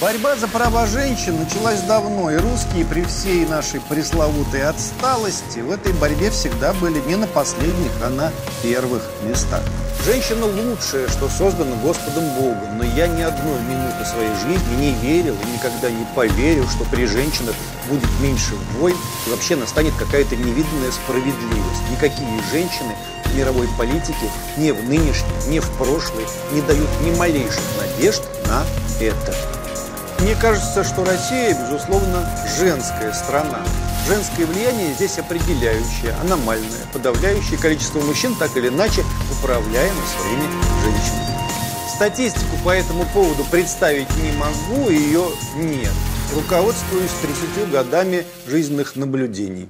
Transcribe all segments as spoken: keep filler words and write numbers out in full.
Борьба за права женщин началась давно, и русские при всей нашей пресловутой отсталости в этой борьбе всегда были не на последних, а на первых местах. Женщина лучшее, что создано Господом Богом, но я ни одной минуты своей жизни не верил и никогда не поверю, что при женщинах будет меньше войн и вообще настанет какая-то невиданная справедливость. Никакие женщины в мировой политике ни в нынешней, ни в прошлой не дают ни малейших надежд на это. Мне кажется, что Россия, безусловно, женская страна. Женское влияние здесь определяющее, аномальное, подавляющее количество мужчин так или иначе управляемо своими женщинами. Статистику по этому поводу представить не могу, ее нет. Руководствуюсь тридцатью годами жизненных наблюдений.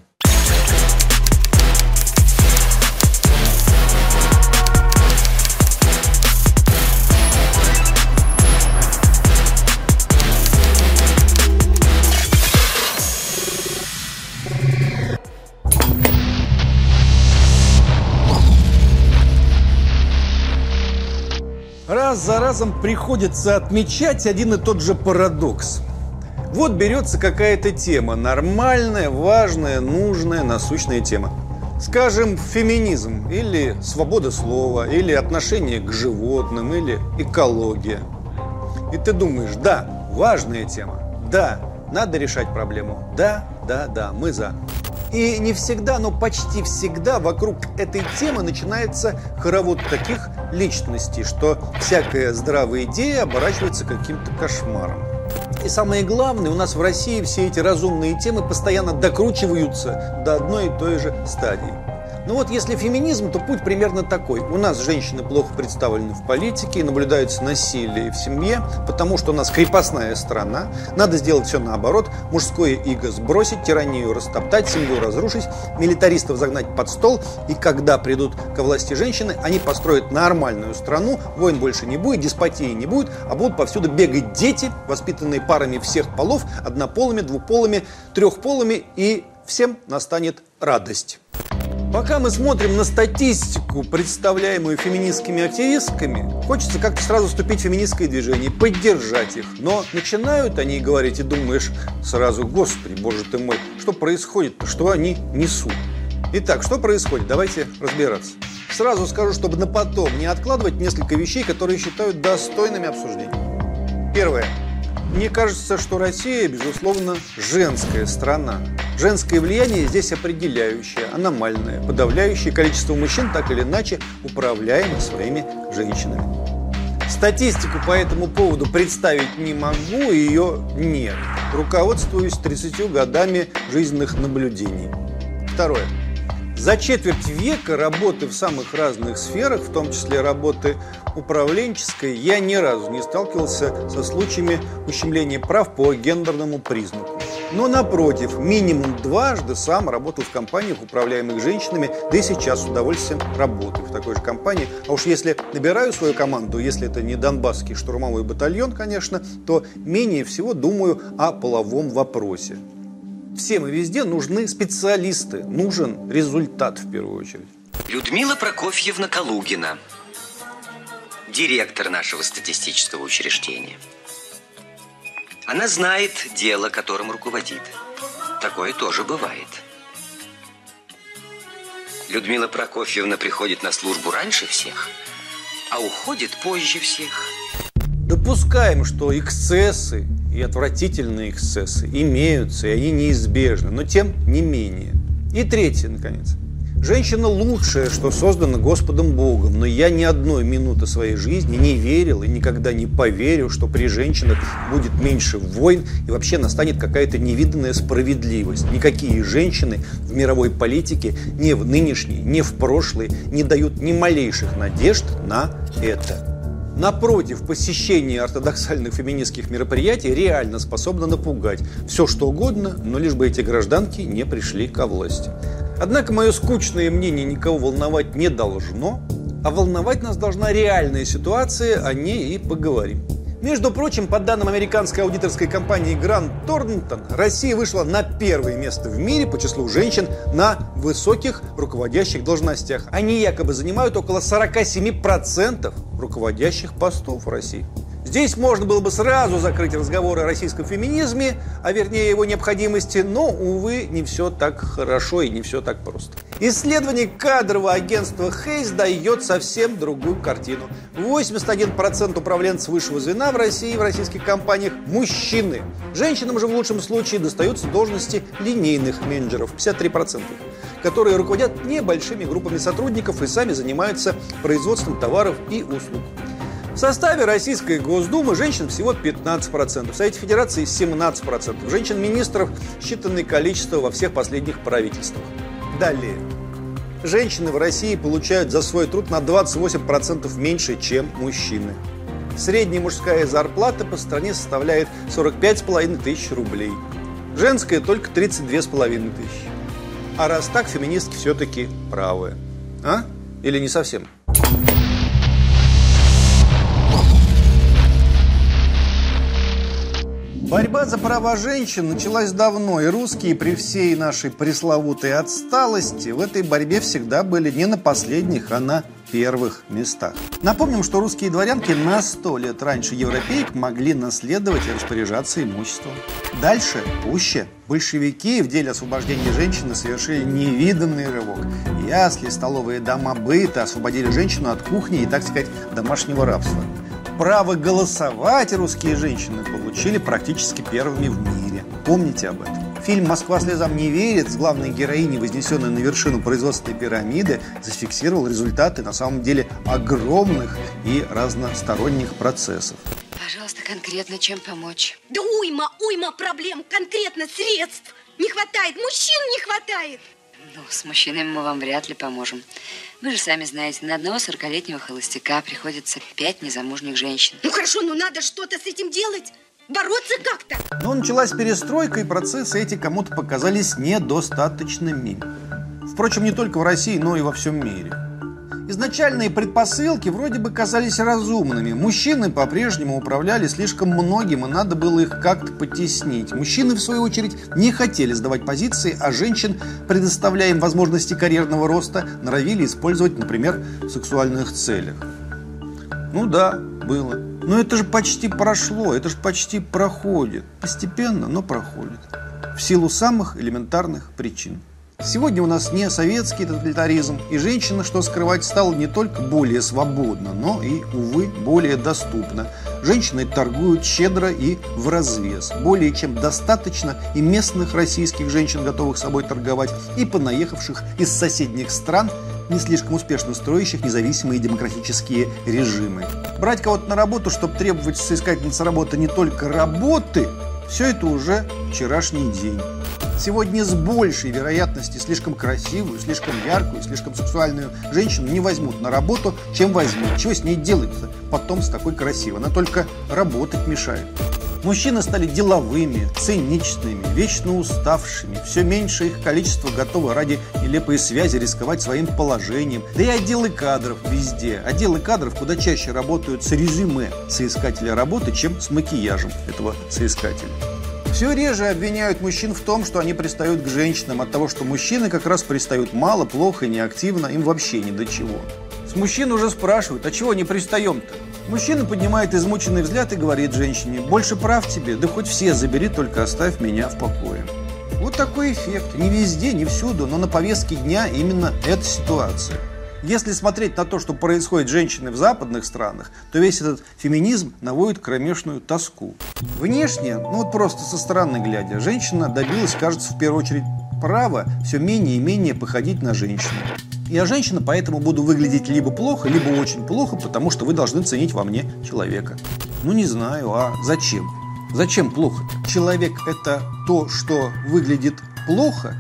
Раз за разом приходится отмечать один и тот же парадокс. Вот берется какая-то тема, нормальная, важная, нужная, насущная тема. Скажем, феминизм, или свобода слова, или отношение к животным, или экология. И ты думаешь, да, важная тема, да, надо решать проблему, да, да, да, мы за. И не всегда, но почти всегда вокруг этой темы начинается хоровод таких личностей, что всякая здравая идея оборачивается каким-то кошмаром. И самое главное, у нас в России все эти разумные темы постоянно докручиваются до одной и той же стадии. Ну вот если феминизм, то путь примерно такой. У нас женщины плохо представлены в политике, и наблюдается насилие в семье, потому что у нас крепостная страна. Надо сделать все наоборот. Мужское иго сбросить, тиранию растоптать, семью разрушить, милитаристов загнать под стол. И когда придут ко власти женщины, они построят нормальную страну, войн больше не будет, деспотии не будет, а будут повсюду бегать дети, воспитанные парами всех полов, однополыми, двуполыми, трехполыми, и всем настанет радость. Пока мы смотрим на статистику, представляемую феминистскими активистками, хочется как-то сразу вступить в феминистское движение, поддержать их. Но начинают они говорить, и думаешь сразу, господи, боже ты мой, что происходит-то, что они несут? Итак, что происходит? Давайте разбираться. Сразу скажу, чтобы на потом не откладывать несколько вещей, которые считают достойными обсуждения. Первое. Мне кажется, что Россия, безусловно, женская страна. Женское влияние здесь определяющее, аномальное, подавляющее количество мужчин так или иначе управляемо своими женщинами. Статистику по этому поводу представить не могу, ее нет. Руководствуюсь тридцатью годами жизненных наблюдений. Второе. За четверть века работы в самых разных сферах, в том числе работы управленческой, я ни разу не сталкивался со случаями ущемления прав по гендерному признаку. Но напротив, минимум дважды сам работал в компаниях, управляемых женщинами, да и сейчас с удовольствием работаю в такой же компании. А уж если набираю свою команду, если это не донбасский штурмовой батальон, конечно, то менее всего думаю о половом вопросе. Всем и везде нужны специалисты, нужен результат в первую очередь. Людмила Прокофьевна Калугина, директор нашего статистического учреждения. Она знает дело, которым руководит. Такое тоже бывает. Людмила Прокофьевна приходит на службу раньше всех, а уходит позже всех. Допускаем, что эксцессы и отвратительные эксцессы имеются, и они неизбежны, но тем не менее. И третье, наконец. Женщина лучшее, что создано Господом Богом, но я ни одной минуты своей жизни не верил и никогда не поверю, что при женщинах будет меньше войн и вообще настанет какая-то невиданная справедливость. Никакие женщины в мировой политике ни в нынешней, ни в прошлой не дают ни малейших надежд на это. Напротив, посещение ортодоксальных феминистских мероприятий реально способно напугать. Все что угодно, но лишь бы эти гражданки не пришли ко власти. Однако мое скучное мнение никого волновать не должно, а волновать нас должна реальная ситуация, о ней и поговорим. Между прочим, по данным американской аудиторской компании Grant Thornton, Россия вышла на первое место в мире по числу женщин на высоких руководящих должностях. Они якобы занимают около сорок семь процентов руководящих постов в России. Здесь можно было бы сразу закрыть разговор о российском феминизме, а вернее его необходимости, но, увы, не все так хорошо и не все так просто. Исследование кадрового агентства Хейс дает совсем другую картину. восемьдесят один процент управленцев высшего звена в России, в российских компаниях – мужчины. Женщинам же в лучшем случае достаются должности линейных менеджеров – пятьдесят три процента, которые руководят небольшими группами сотрудников и сами занимаются производством товаров и услуг. В составе Российской Госдумы женщин всего пятнадцать процентов, в Совете Федерации семнадцать процентов, женщин-министров считанное количество во всех последних правительствах. Далее. Женщины в России получают за свой труд на двадцать восемь процентов меньше, чем мужчины. Средняя мужская зарплата по стране составляет сорок пять с половиной тысяч рублей. Женская только тридцать две с половиной тысячи. А раз так, феминистки все-таки правы. А? Или не совсем? Борьба за права женщин началась давно, и русские при всей нашей пресловутой отсталости в этой борьбе всегда были не на последних, а на первых местах. Напомним, что русские дворянки на сто лет раньше европеек могли наследовать и распоряжаться имуществом. Дальше, пуще, большевики в деле освобождения женщины совершили невиданный рывок. Ясли, столовые дома быта освободили женщину от кухни и, так сказать, домашнего рабства. Право голосовать русские женщины получили практически первыми в мире. Помните об этом. Фильм «Москва слезам не верит» с главной героиней, вознесенной на вершину производственной пирамиды, зафиксировал результаты на самом деле огромных и разносторонних процессов. Пожалуйста, конкретно чем помочь? Да уйма, уйма проблем, конкретно средств. Не хватает, мужчин не хватает. Ну, с мужчинами мы вам вряд ли поможем. Вы же сами знаете, на одного сорокалетнего холостяка приходится пять незамужних женщин. Ну хорошо, но надо что-то с этим делать. Бороться как-то. Но началась перестройка, и процессы эти кому-то показались недостаточными. Впрочем, не только в России, но и во всем мире. Изначальные предпосылки вроде бы казались разумными. Мужчины по-прежнему управляли слишком многим, и надо было их как-то потеснить. Мужчины, в свою очередь, не хотели сдавать позиции, а женщин, предоставляя им возможности карьерного роста, норовили использовать, например, в сексуальных целях. Ну да, было. Но это же почти прошло, это же почти проходит. Постепенно, но проходит. В силу самых элементарных причин. Сегодня у нас не советский тоталитаризм, и женщина, что скрывать, стала не только более свободна, но и, увы, более доступна. Женщины торгуют щедро и вразвес. Более чем достаточно и местных российских женщин, готовых собой торговать, и понаехавших из соседних стран, не слишком успешно строящих независимые демократические режимы. Брать кого-то на работу, чтобы требовать соискательницы работы не только работы, все это уже вчерашний день. Сегодня с большей вероятностью слишком красивую, слишком яркую, слишком сексуальную женщину не возьмут на работу, чем возьмут. Чего с ней делать-то потом с такой красивой? Она только работать мешает. Мужчины стали деловыми, циничными, вечно уставшими. Все меньше их количество готовы ради нелепой связи рисковать своим положением. Да и отделы кадров везде. Отделы кадров куда чаще работают с резюме соискателя работы, чем с макияжем этого соискателя. Все реже обвиняют мужчин в том, что они пристают к женщинам, от того, что мужчины как раз пристают мало, плохо и неактивно, им вообще ни до чего. С мужчин уже спрашивают, а чего не пристаем-то? Мужчина поднимает измученный взгляд и говорит женщине: больше прав тебе, да хоть все забери, только оставь меня в покое. Вот такой эффект. Не везде, не всюду, но на повестке дня именно эта ситуация. Если смотреть на то, что происходит с женщиной в западных странах, то весь этот феминизм наводит кромешную тоску. Внешне, ну вот просто со стороны глядя, женщина добилась, кажется, в первую очередь права все менее и менее походить на женщину. Я женщина, поэтому буду выглядеть либо плохо, либо очень плохо, потому что вы должны ценить во мне человека. Ну не знаю, а зачем? Зачем плохо-то? Человек – это то, что выглядит плохо?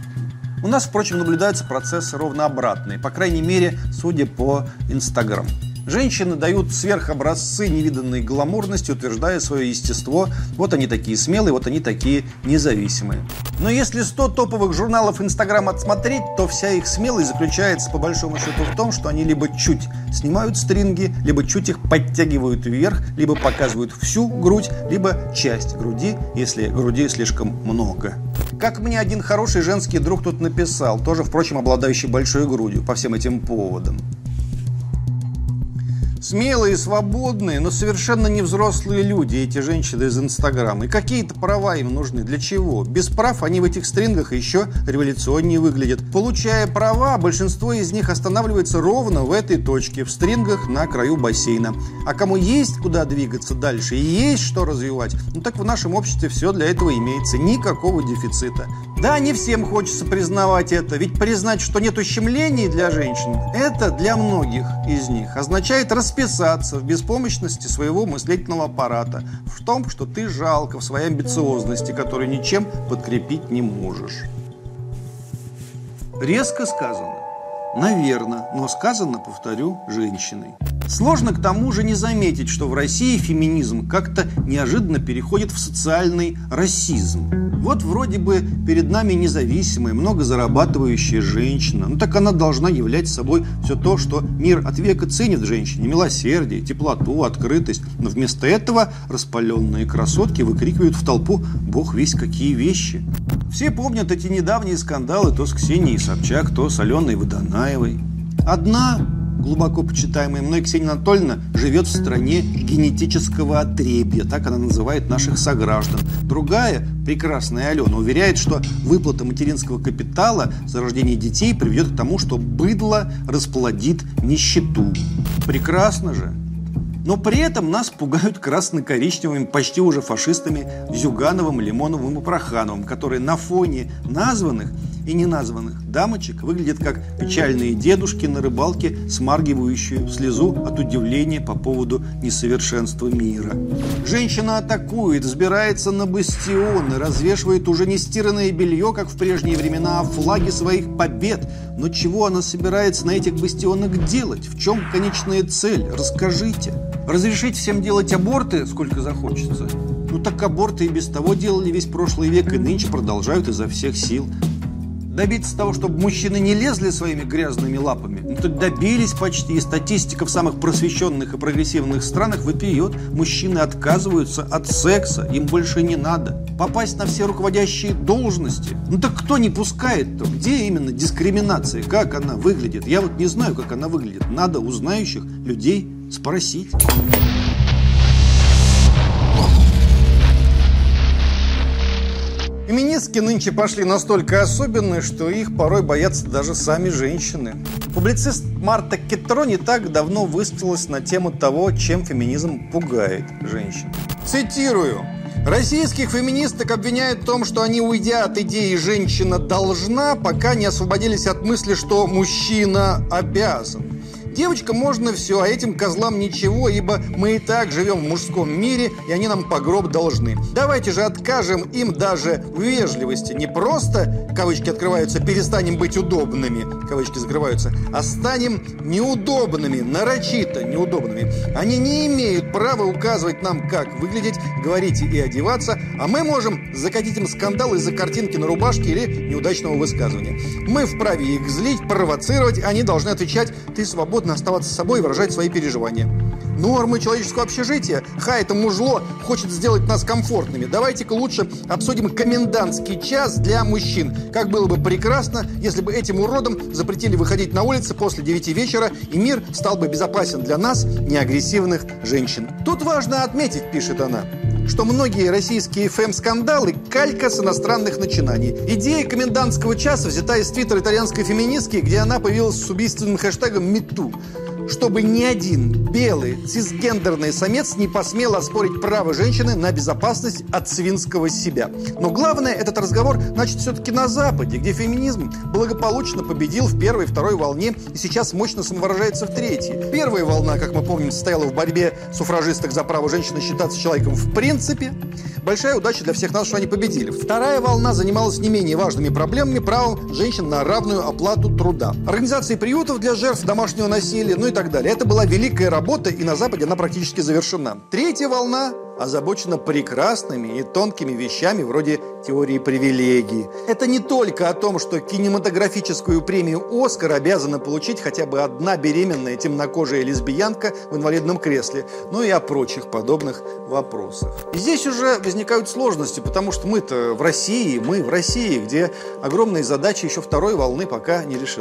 У нас, впрочем, наблюдаются процессы ровно обратные, по крайней мере, судя по Инстаграм. Женщины дают сверхобразцы невиданной гламурности, утверждая свое естество. Вот они такие смелые, вот они такие независимые. Но если сто топовых журналов Инстаграм отсмотреть, то вся их смелость заключается по большому счету в том, что они либо чуть снимают стринги, либо чуть их подтягивают вверх, либо показывают всю грудь, либо часть груди, если груди слишком много. Как мне один хороший женский друг тут написал, тоже, впрочем, обладающий большой грудью по всем этим поводам. Смелые, свободные, но совершенно не взрослые люди, эти женщины из Инстаграма. И какие-то права им нужны. Для чего? Без прав они в этих стрингах еще революционнее выглядят. Получая права, большинство из них останавливается ровно в этой точке, в стрингах на краю бассейна. А кому есть куда двигаться дальше и есть что развивать, ну так в нашем обществе все для этого имеется. Никакого дефицита. Да, не всем хочется признавать это, ведь признать, что нет ущемлений для женщин, это для многих из них означает расписаться в беспомощности своего мыслительного аппарата, в том, что ты жалко в своей амбициозности, которую ничем подкрепить не можешь. Резко сказано. Наверное, но сказано, повторю, женщиной. Сложно к тому же не заметить, что в России феминизм как-то неожиданно переходит в социальный расизм. Вот вроде бы перед нами независимая, много зарабатывающая женщина. Ну так она должна являть собой все то, что мир от века ценит в женщине. Милосердие, теплоту, открытость. Но вместо этого распаленные красотки выкрикивают в толпу бог весть какие вещи. Все помнят эти недавние скандалы то с Ксенией Собчак, то с Аленой Водонаевой. Одна глубоко почитаемая мной Ксения Анатольевна живет в стране генетического отребья, так она называет наших сограждан. Другая, прекрасная Алена, уверяет, что выплата материнского капитала за рождение детей приведет к тому, что быдло расплодит нищету. Прекрасно же. Но при этом нас пугают красно-коричневыми, почти уже фашистами Зюгановым, Лимоновым и Прохановым, которые на фоне названных и неназванных дамочек выглядят как печальные дедушки на рыбалке, смаргивающие слезу от удивления по поводу несовершенства мира. Женщина атакует, взбирается на бастионы, развешивает уже не стиранное белье, как в прежние времена, а флаги своих побед. Но чего она собирается на этих бастионах делать? В чем конечная цель? Расскажите. Разрешить всем делать аборты, сколько захочется? Ну так аборты и без того делали весь прошлый век, и нынче продолжают изо всех сил. Добиться того, чтобы мужчины не лезли своими грязными лапами, ну так добились почти, и статистика в самых просвещенных и прогрессивных странах вопиет. Мужчины отказываются от секса, им больше не надо. Попасть на все руководящие должности. Ну так кто не пускает-то? Где именно дискриминация? Как она выглядит? Я вот не знаю, как она выглядит. Надо у знающих людей спросить. Феминистки нынче пошли настолько особенные, что их порой боятся даже сами женщины. Публицист Марта Кетро не так давно высказалась на тему того, чем феминизм пугает женщин. Цитирую. Российских феминисток обвиняют в том, что они, уйдя от идеи «женщина должна», пока не освободились от мысли, что мужчина обязан. Девочкам можно все, а этим козлам ничего, ибо мы и так живем в мужском мире, и они нам по гроб должны. Давайте же откажем им даже в вежливости. Не просто, кавычки открываются, перестанем быть удобными, кавычки закрываются, а станем неудобными, нарочито неудобными. Они не имеют права указывать нам, как выглядеть, говорить и одеваться, а мы можем закатить им скандал из-за картинки на рубашке или неудачного высказывания. Мы вправе их злить, провоцировать, они должны отвечать: «Ты свободна оставаться собой и выражать свои переживания». Нормы человеческого общежития. Ха, это мужло хочет сделать нас комфортными. Давайте-ка лучше обсудим комендантский час для мужчин. Как было бы прекрасно, если бы этим уродам запретили выходить на улицы после девяти вечера, и мир стал бы безопасен для нас, неагрессивных женщин. Тут важно отметить, пишет она, что многие российские фэм-скандалы – калька с иностранных начинаний. Идея комендантского часа взята из твиттера итальянской феминистки, где она появилась с убийственным хэштегом «Мету», чтобы ни один белый цисгендерный самец не посмел оспорить право женщины на безопасность от свинского себя. Но главное, этот разговор начат все-таки на Западе, где феминизм благополучно победил в первой и второй волне и сейчас мощно самовыражается в третьей. Первая волна, как мы помним, состояла в борьбе суфражисток за право женщины считаться человеком в принципе. Большая удача для всех нас, что они победили. Вторая волна занималась не менее важными проблемами – правом женщин на равную оплату труда. Организации приютов для жертв домашнего насилия, ну и так далее. Это была великая работа, и на Западе она практически завершена. Третья волна озабочена прекрасными и тонкими вещами вроде теории привилегий. Это не только о том, что кинематографическую премию «Оскар» обязана получить хотя бы одна беременная темнокожая лесбиянка в инвалидном кресле, но и о прочих подобных вопросах. И здесь уже возникают сложности, потому что мы-то в России, мы в России, где огромные задачи еще второй волны пока не решены.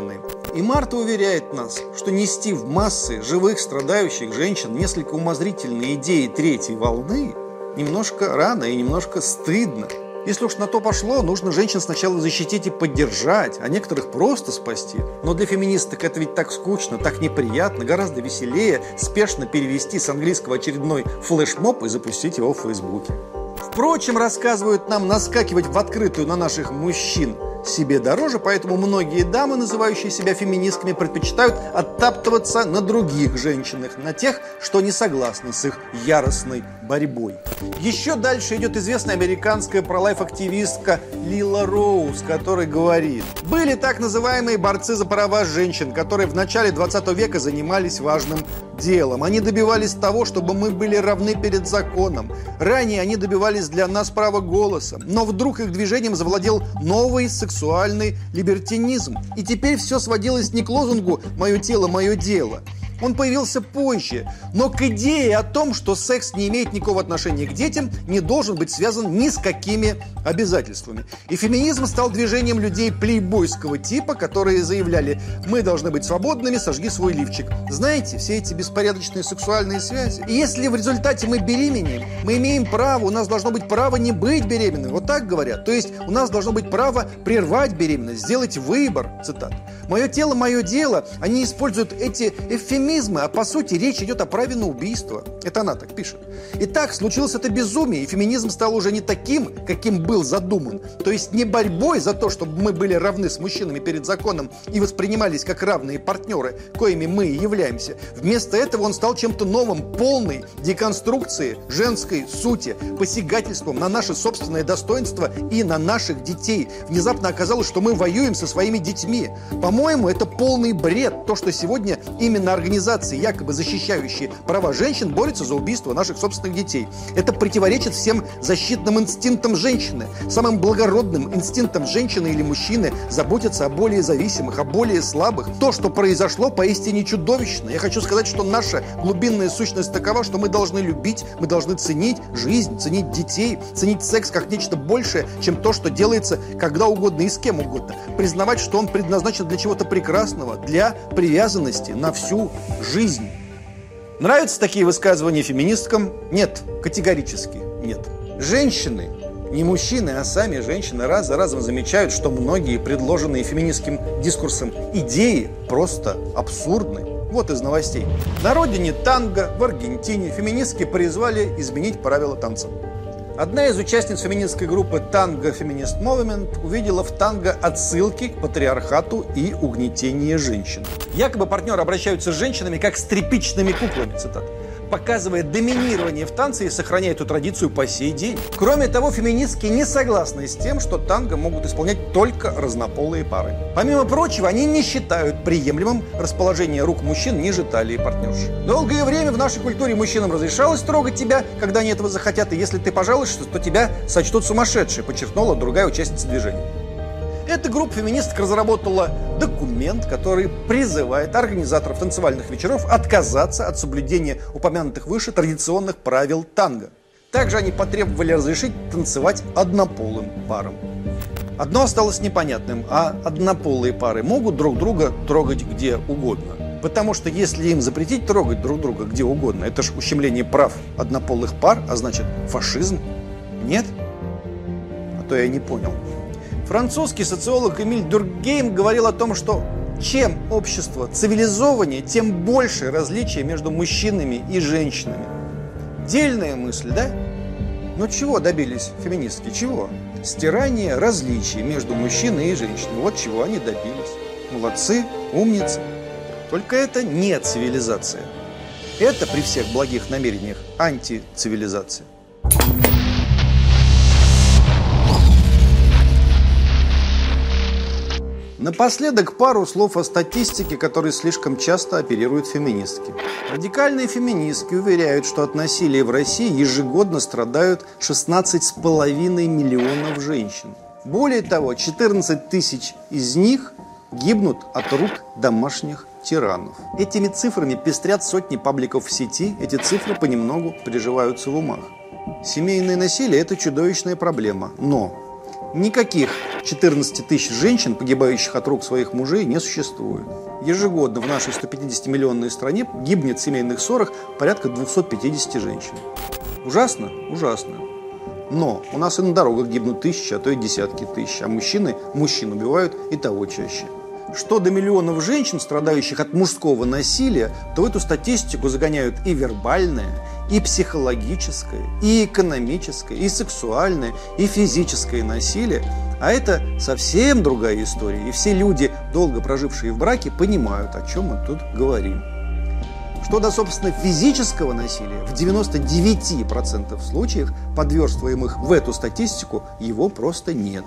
И Марта уверяет нас, что нести в массы живых страдающих женщин несколько умозрительные идеи третьей волны немножко рано и немножко стыдно. Если уж на то пошло, нужно женщин сначала защитить и поддержать, а некоторых просто спасти. Но для феминисток это ведь так скучно, так неприятно, гораздо веселее спешно перевести с английского очередной флешмоб и запустить его в Фейсбуке. Впрочем, рассказывают нам, наскакивать в открытую на наших мужчин себе дороже, поэтому многие дамы, называющие себя феминистками, предпочитают оттаптываться на других женщинах, на тех, что не согласны с их яростной борьбой. Еще дальше идет известная американская пролайф-активистка Лила Роуз, которая говорит: были так называемые борцы за права женщин, которые в начале двадцатого века занимались важным делом. Они добивались того, чтобы мы были равны перед законом. Ранее они добивались для нас права голоса, но вдруг их движением завладел новый сексуальный либертинизм. И теперь все сводилось не к лозунгу «моё тело, мое дело». Он появился позже, но к идее о том, что секс не имеет никакого отношения к детям, не должен быть связан ни с какими обязательствами. И феминизм стал движением людей плейбойского типа, которые заявляли: мы должны быть свободными, сожги свой лифчик. Знаете, все эти беспорядочные сексуальные связи. И если в результате мы беременеем, мы имеем право, у нас должно быть право не быть беременным. Вот так говорят. То есть у нас должно быть право прервать беременность, сделать выбор. Цитат. «Мое тело, мое дело». Они используют эти эвфемизмы, а по сути речь идет о праве на убийство. Это она так пишет. Итак, случилось это безумие, и феминизм стал уже не таким, каким был задуман. То есть не борьбой за то, чтобы мы были равны с мужчинами перед законом и воспринимались как равные партнеры, коими мы и являемся. Вместо этого он стал чем-то новым, полной деконструкцией женской сути, посягательством на наше собственное достоинство и на наших детей. Внезапно оказалось, что мы воюем со своими детьми. По-моему, это полный бред, то, что сегодня именно организации, якобы защищающие права женщин, борются за убийство наших собственных детей. Это противоречит всем защитным инстинктам женщины. Самым благородным инстинктом женщины или мужчины заботиться о более зависимых, о более слабых. То, что произошло, поистине чудовищно. Я хочу сказать, что наша глубинная сущность такова, что мы должны любить, мы должны ценить жизнь, ценить детей, ценить секс как нечто большее, чем то, что делается когда угодно и с кем угодно. Признавать, что он предназначен для чего-то прекрасного, для привязанности на всю жизнь. Нравятся такие высказывания феминисткам? Нет, категорически нет. Женщины, не мужчины, а сами женщины раз за разом замечают, что многие предложенные феминистским дискурсом идеи просто абсурдны. Вот из новостей. На родине танго в Аргентине феминистки призвали изменить правила танца. Одна из участниц феминистской группы «Танго Feminist Movement» увидела в танго отсылки к патриархату и угнетению женщин. Якобы партнеры обращаются с женщинами как с тряпичными куклами, цитата, показывая доминирование в танце и сохраняя эту традицию по сей день. Кроме того, феминистки не согласны с тем, что танго могут исполнять только разнополые пары. Помимо прочего, они не считают приемлемым расположение рук мужчин ниже талии партнерши. Долгое время в нашей культуре мужчинам разрешалось трогать тебя, когда они этого захотят, и если ты пожалуешься, то тебя сочтут сумасшедшей, подчеркнула другая участница движения. Эта группа феминисток разработала документ, который призывает организаторов танцевальных вечеров отказаться от соблюдения упомянутых выше традиционных правил танго. Также они потребовали разрешить танцевать однополым парам. Одно осталось непонятным, а однополые пары могут друг друга трогать где угодно. Потому что если им запретить трогать друг друга где угодно, это же ущемление прав однополых пар, а значит фашизм. Нет? А то я не понял. Французский социолог Эмиль Дюркгейм говорил о том, что чем общество цивилизованнее, тем больше различия между мужчинами и женщинами. Дельная мысль, да? Но чего добились феминистки? Чего? Стирание различий между мужчиной и женщиной. Вот чего они добились. Молодцы, умницы. Только это не цивилизация. Это при всех благих намерениях антицивилизация. Напоследок пару слов о статистике, которой слишком часто оперируют феминистки. Радикальные феминистки уверяют, что от насилия в России ежегодно страдают шестнадцать с половиной миллионов женщин. Более того, четырнадцать тысяч из них гибнут от рук домашних тиранов. Этими цифрами пестрят сотни пабликов в сети, эти цифры понемногу приживаются в умах. Семейное насилие – это чудовищная проблема, но никаких четырнадцати тысяч женщин, погибающих от рук своих мужей, не существует. Ежегодно в нашей стопятидесятимиллионной стране гибнет в семейных ссорах порядка двухсот пятидесяти женщин. Ужасно? Ужасно. Но у нас и на дорогах гибнут тысячи, а то и десятки тысяч, а мужчины мужчин убивают и того чаще. Что до миллионов женщин, страдающих от мужского насилия, то в эту статистику загоняют и вербальное, и психологическое, и экономическое, и сексуальное, и физическое насилие. А это совсем другая история. И все люди, долго прожившие в браке, понимают, о чем мы тут говорим. Что до, собственно, физического насилия, в девяноста девяти процентах случаев, подверстываемых в эту статистику, его просто нет.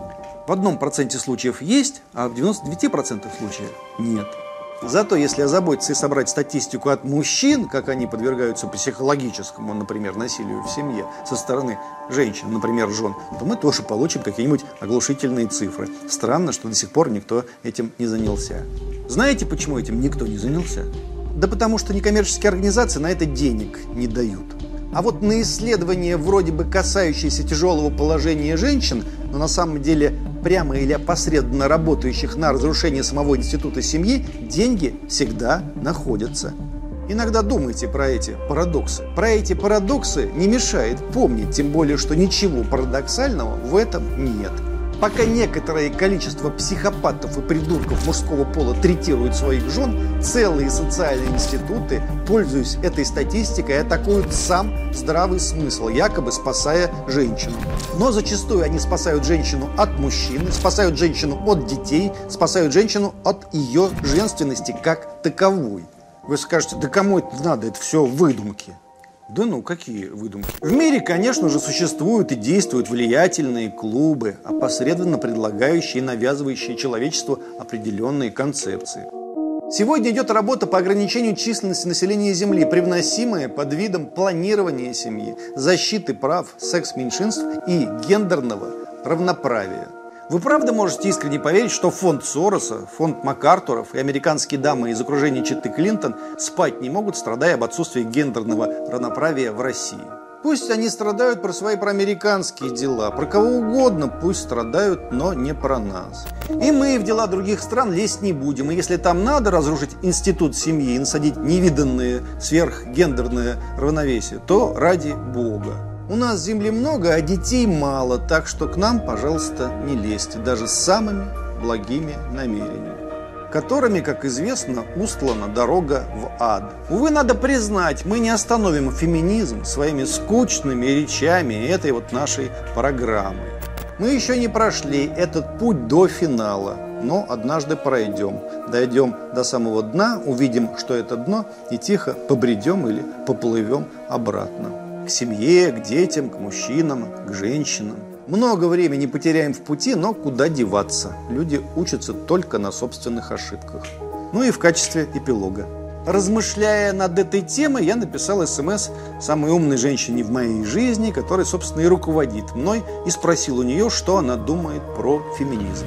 В одном проценте случаев есть, а в девяноста девяти процентах случаев нет. Зато если озаботиться и собрать статистику от мужчин, как они подвергаются психологическому, например, насилию в семье со стороны женщин, например, жен, то мы тоже получим какие-нибудь оглушительные цифры. Странно, что до сих пор никто этим не занялся. Знаете, почему этим никто не занялся? Да потому что некоммерческие организации на это денег не дают. А вот на исследования, вроде бы касающиеся тяжелого положения женщин, но на самом деле прямо или опосредованно работающих на разрушение самого института семьи, деньги всегда находятся. Иногда думайте про эти парадоксы. Про эти парадоксы не мешает помнить, тем более, что ничего парадоксального в этом нет. Пока некоторое количество психопатов и придурков мужского пола третируют своих жен, целые социальные институты, пользуясь этой статистикой, атакуют сам здравый смысл, якобы спасая женщину. Но зачастую они спасают женщину от мужчины, спасают женщину от детей, спасают женщину от ее женственности как таковой. Вы скажете, да кому это надо, это все выдумки. Да ну, какие выдумки? В мире, конечно же, существуют и действуют влиятельные клубы, опосредованно предлагающие и навязывающие человечеству определенные концепции. Сегодня идет работа по ограничению численности населения Земли, привносимая под видом планирования семьи, защиты прав секс-меньшинств и гендерного равноправия. Вы правда можете искренне поверить, что фонд Сороса, фонд МакАртуров и американские дамы из окружения четы Клинтон спать не могут, страдая об отсутствии гендерного равноправия в России? Пусть они страдают про свои проамериканские дела, про кого угодно пусть страдают, но не про нас. И мы в дела других стран лезть не будем. И если там надо разрушить институт семьи и насадить невиданное сверхгендерное равновесие, то ради Бога. У нас земли много, а детей мало, так что к нам, пожалуйста, не лезьте, даже с самыми благими намерениями, которыми, как известно, устлана дорога в ад. Увы, надо признать, мы не остановим феминизм своими скучными речами этой вот нашей программы. Мы еще не прошли этот путь до финала, но однажды пройдем. Дойдем до самого дна, увидим, что это дно, и тихо побредем или поплывем обратно. К семье, к детям, к мужчинам, к женщинам. Много времени потеряем в пути, но куда деваться? Люди учатся только на собственных ошибках. Ну и в качестве эпилога. Размышляя над этой темой, я написал смс самой умной женщине в моей жизни, которая, собственно, и руководит мной, и спросил у нее, что она думает про феминизм.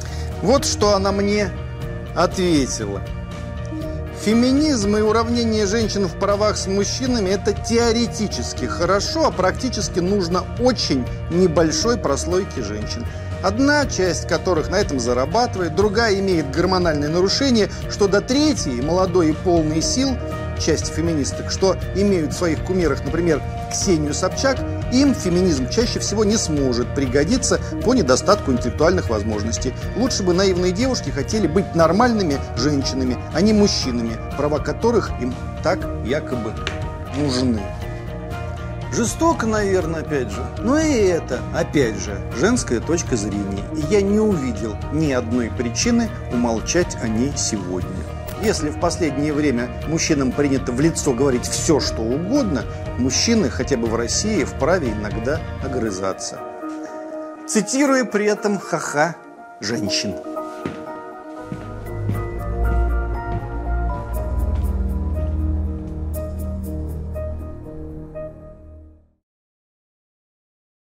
Вот что она мне ответила. Феминизм и уравнение женщин в правах с мужчинами – это теоретически хорошо, а практически нужно очень небольшой прослойке женщин. Одна часть которых на этом зарабатывает, другая имеет гормональные нарушения, что до третьей, молодой и полной сил, части феминисток, что имеют в своих кумирах, например, Ксению Собчак, им феминизм чаще всего не сможет пригодиться по недостатку интеллектуальных возможностей. Лучше бы наивные девушки хотели быть нормальными женщинами, а не мужчинами, права которых им так якобы нужны. Жестоко, наверное, опять же. Но и это, опять же, женская точка зрения. И я не увидел ни одной причины умолчать о ней сегодня. Если в последнее время мужчинам принято в лицо говорить все, что угодно, мужчины, хотя бы в России, вправе иногда огрызаться. Цитируя при этом ха-ха женщин.